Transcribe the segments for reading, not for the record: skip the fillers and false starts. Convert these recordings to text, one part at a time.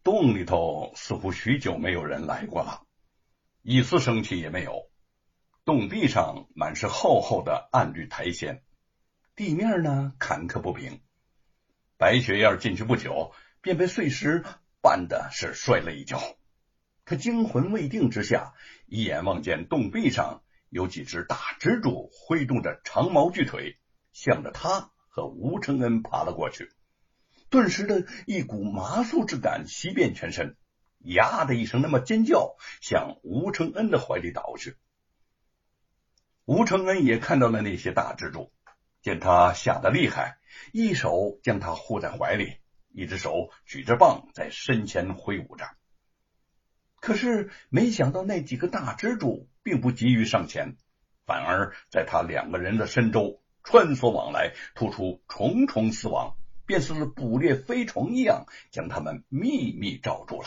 洞里头似乎许久没有人来过了，一丝生气也没有。洞壁上满是厚厚的暗绿苔藓，地面呢坎坷不平。白雪燕进去不久，便被碎石绊的是摔了一跤。他惊魂未定之下，一眼望见洞壁上有几只大蜘蛛挥动着长毛巨腿，向着他和吴承恩爬了过去。顿时的一股麻酥之感袭遍全身，呀的一声那么尖叫，向吴承恩的怀里倒去。吴承恩也看到了那些大蜘蛛，见他吓得厉害，一手将他护在怀里，一只手举着棒在身前挥舞着。可是没想到那几个大蜘蛛并不急于上前，反而在他两个人的身周穿梭往来，吐出重重丝网，便似捕猎飞虫一样，将他们秘密罩住了。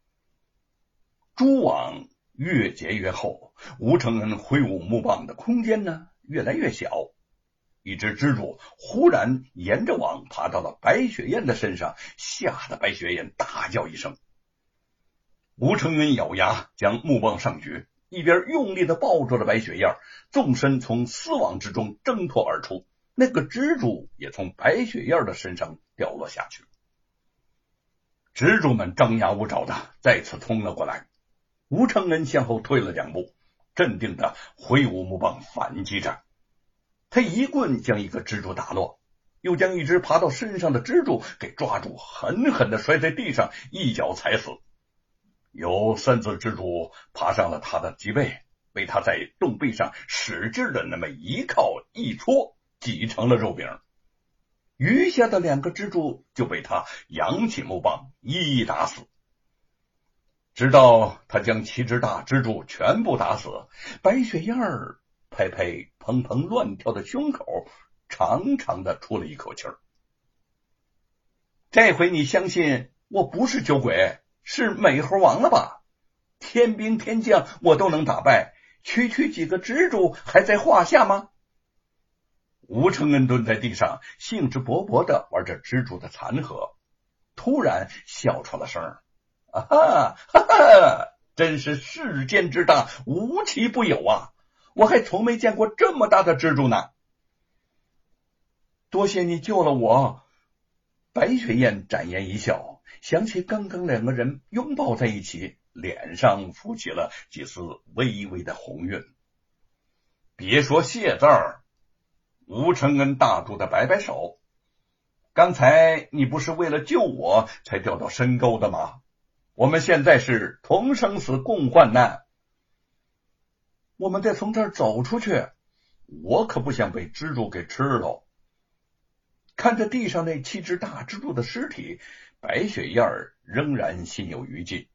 蛛网越结越厚，吴承恩挥舞木棒的空间呢越来越小。一只蜘蛛忽然沿着网爬到了白雪燕的身上，吓得白雪燕大叫一声。吴承恩咬牙将木棒上举，一边用力的抱住了白雪燕，纵身从丝网之中挣脱而出，那个蜘蛛也从白雪燕的身上掉落下去。蜘蛛们张牙舞爪的再次冲了过来，吴承恩向后退了两步，镇定的挥舞木棒反击着。他一棍将一个蜘蛛打落，又将一只爬到身上的蜘蛛给抓住，狠狠的摔在地上，一脚踩死。有3只蜘蛛爬上了他的脊背，被他在洞壁上使劲的那么一靠一戳，挤成了肉饼。余下的2个蜘蛛就被他扬起木棒一一打死。直到他将7只大蜘蛛全部打死，白雪燕儿拍拍砰砰乱跳的胸口，长长的出了一口气儿。这回你相信我不是酒鬼，是美猴王了吧？天兵天将我都能打败，区几个蜘蛛还在话下吗？吴承恩蹲在地上，兴致勃勃地玩着蜘蛛的残核，突然笑出了声儿。啊哈哈哈！真是世间之大，无奇不有啊！我还从没见过这么大的蜘蛛呢。多谢你救了我。白雪燕展颜一笑，想起刚刚2个人拥抱在一起，脸上浮起了几丝微微的红晕。别说谢字儿。吴承恩大度的摆摆手，刚才你不是为了救我才掉到深沟的吗？我们现在是同生死共患难。我们得从这儿走出去，我可不想被蜘蛛给吃了。看着地上那7只大蜘蛛的尸体，白雪燕儿仍然心有余悸。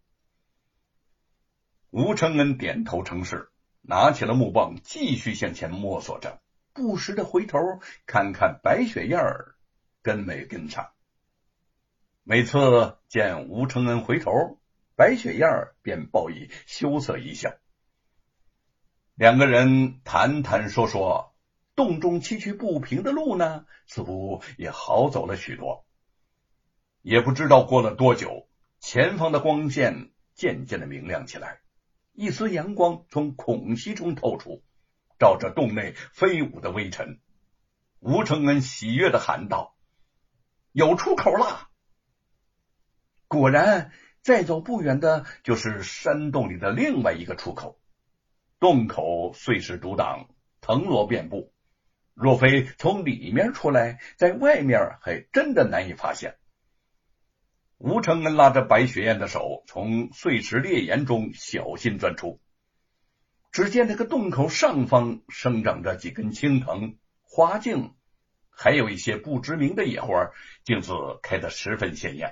吴承恩点头称是，拿起了木棒继续向前摸索着，不时的回头看看白雪燕儿跟没跟上。每次见吴承恩回头，白雪燕儿便报以羞涩一笑。2个人谈谈说说，洞中崎岖不平的路呢，似乎也好走了许多。也不知道过了多久，前方的光线渐渐的明亮起来，一丝阳光从孔隙中透出，照着洞内飞舞的微尘。吴承恩喜悦的喊道：有出口了！果然，再走不远的就是山洞里的另外一个出口。洞口碎石阻挡，藤萝遍布，若非从里面出来，在外面还真的难以发现。吴承恩拉着白雪燕的手，从碎石裂岩中小心钻出。只见这个洞口上方生长着几根青藤、花茎，还有一些不知名的野花，茎子开得十分鲜艳。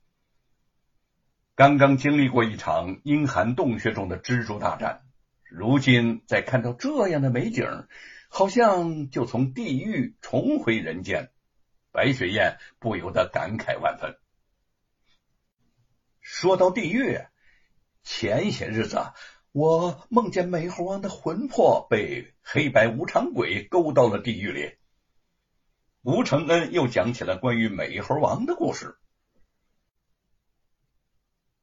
刚刚经历过一场阴寒洞穴中的蜘蛛大战，如今再看到这样的美景，好像就从地狱重回人间。白雪燕不由得感慨万分。说到地狱，前些日子我梦见美猴王的魂魄被黑白无常鬼勾到了地狱里。吴承恩又讲起了关于美猴王的故事。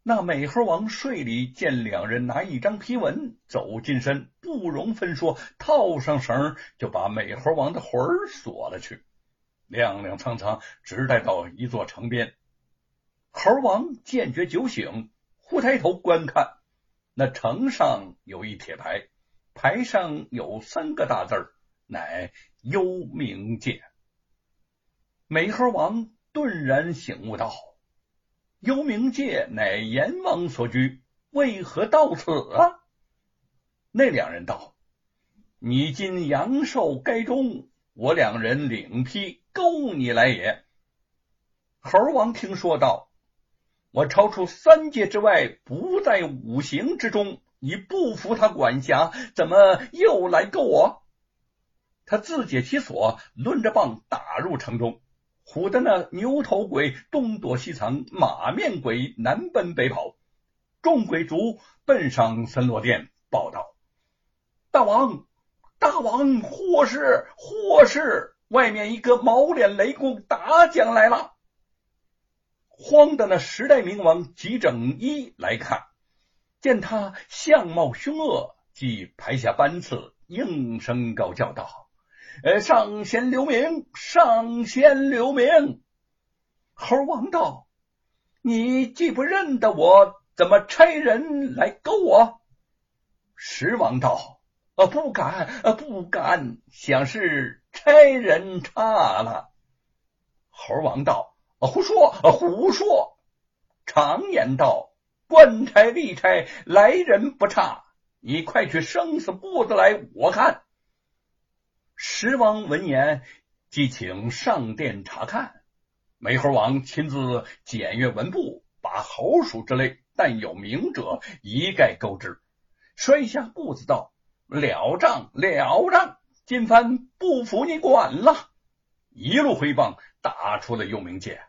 那美猴王睡里见两人拿一张皮纹走近身，不容分说，套上绳就把美猴王的魂儿锁了去，踉踉跄跄直带到一座城边。猴王见觉酒醒，忽抬头观看，那城上有一铁牌，牌上有3个大字儿，乃幽冥界。美猴王顿然醒悟道：幽冥界乃阎王所居，为何到此啊？那两人道：你今阳寿该终，我两人领批勾你来也。猴王听说道：我超出3界之外，不在5行之中，你不服他管辖，怎么又来勾我？他自解其锁，抡着棒打入城中，唬得那牛头鬼东躲西藏，马面鬼南奔北跑。众鬼卒奔上森罗殿，报道：大王，大王，祸事，祸事！外面一个毛脸雷公打将来了。慌的那10代冥王急整衣来看，见他相貌凶恶，即排下班次，应声高叫道：上仙留名，上仙留名！猴王道：你既不认得我，怎么差人来勾我？石王道：不敢，不敢，想是差人差了。猴王道：胡说，胡说！常言道：官差吏差，来人不差，你快去生死簿子来，我看。石王闻言，即请上殿查看。美猴王亲自检阅文簿，把猴鼠之类但有名者一概勾之，摔下簿子道：了账，了账！今番不服你管了！一路挥棒打出了幽冥界。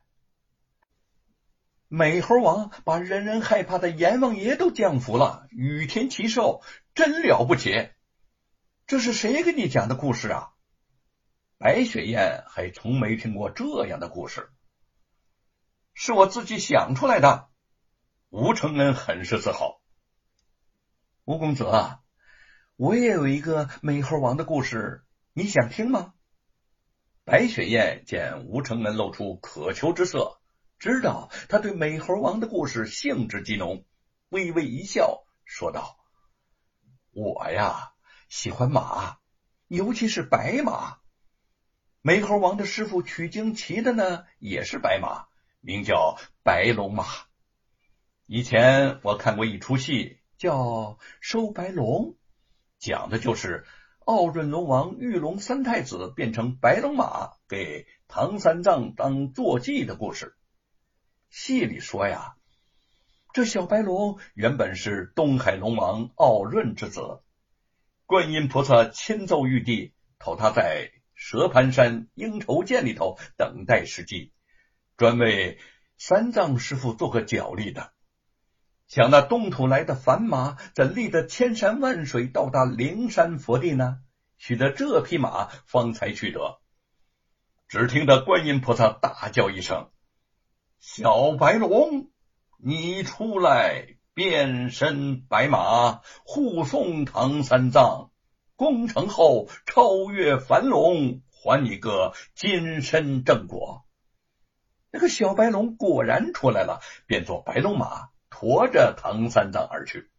美猴王把人人害怕的阎王爷都降服了，羽天奇兽，真了不起！这是谁给你讲的故事啊？白雪燕还从没听过这样的故事。是我自己想出来的。吴承恩很是自豪。吴公子啊，我也有一个美猴王的故事，你想听吗？白雪燕见吴承恩露出渴求之色，知道他对美猴王的故事兴致极浓，微微一笑，说道：我呀，喜欢马，尤其是白马。美猴王的师傅取经骑的呢，也是白马，名叫白龙马。以前我看过一出戏，叫《收白龙》，讲的就是傲润龙王御龙3太子变成白龙马，给唐三藏当坐骑的故事。戏里说呀，这小白龙原本是东海龙王傲润之子，观音菩萨亲奏玉帝，投他在蛇盘山鹰愁涧里头等待时机，专为三藏师傅做个脚力的。想那东土来的凡马，怎历得千山万水到达灵山佛地呢？须得这匹马方才去得。只听得观音菩萨大叫一声：小白龙，你出来，变身白马，护送唐三藏，攻城后超越凡龙，还你个金身正果。那个小白龙果然出来了，变作白龙马，驮着唐三藏而去。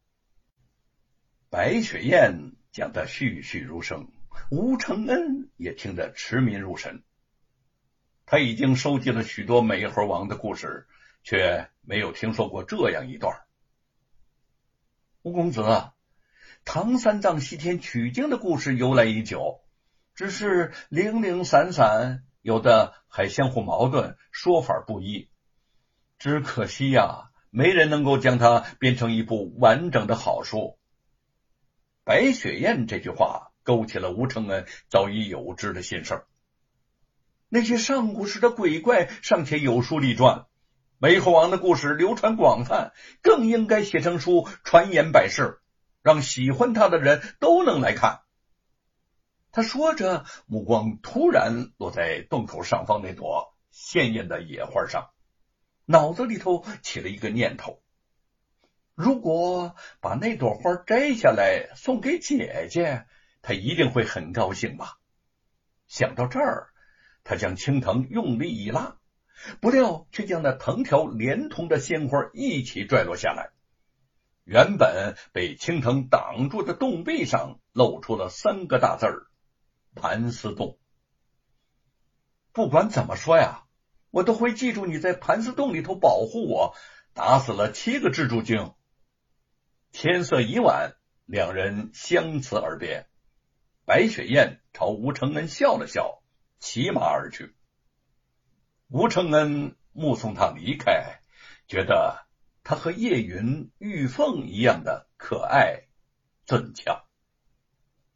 白雪燕讲得栩栩如生，吴承恩也听得痴迷入神。他已经收集了许多美猴王的故事，却没有听说过这样一段。吴公子，唐三藏西天取经的故事由来已久，只是零零散散，有的还相互矛盾，说法不一。只可惜呀，没人能够将它编成一部完整的好书。白雪燕这句话勾起了吴承恩早已有之的心事儿。那些上古时的鬼怪尚且有书立传，美猴王的故事流传广泛，更应该写成书，传言百世，让喜欢他的人都能来看。他说着，目光突然落在洞口上方那朵鲜艳的野花上，脑子里头起了一个念头， 如果把那朵花摘下来送给姐姐，她一定会很高兴吧。想到这儿，他将青藤用力一拉，不料却将那藤条连同着鲜花一起拽落下来。原本被青藤挡住的洞壁上露出了3个大字儿：盘丝洞。不管怎么说呀，我都会记住你在盘丝洞里头保护我，打死了7个蜘蛛精。天色已晚，两人相辞而别。白雪燕朝吴承恩笑了笑，骑马而去。吴承恩目送他离开，觉得他和叶云、玉凤一样的可爱、俊俏。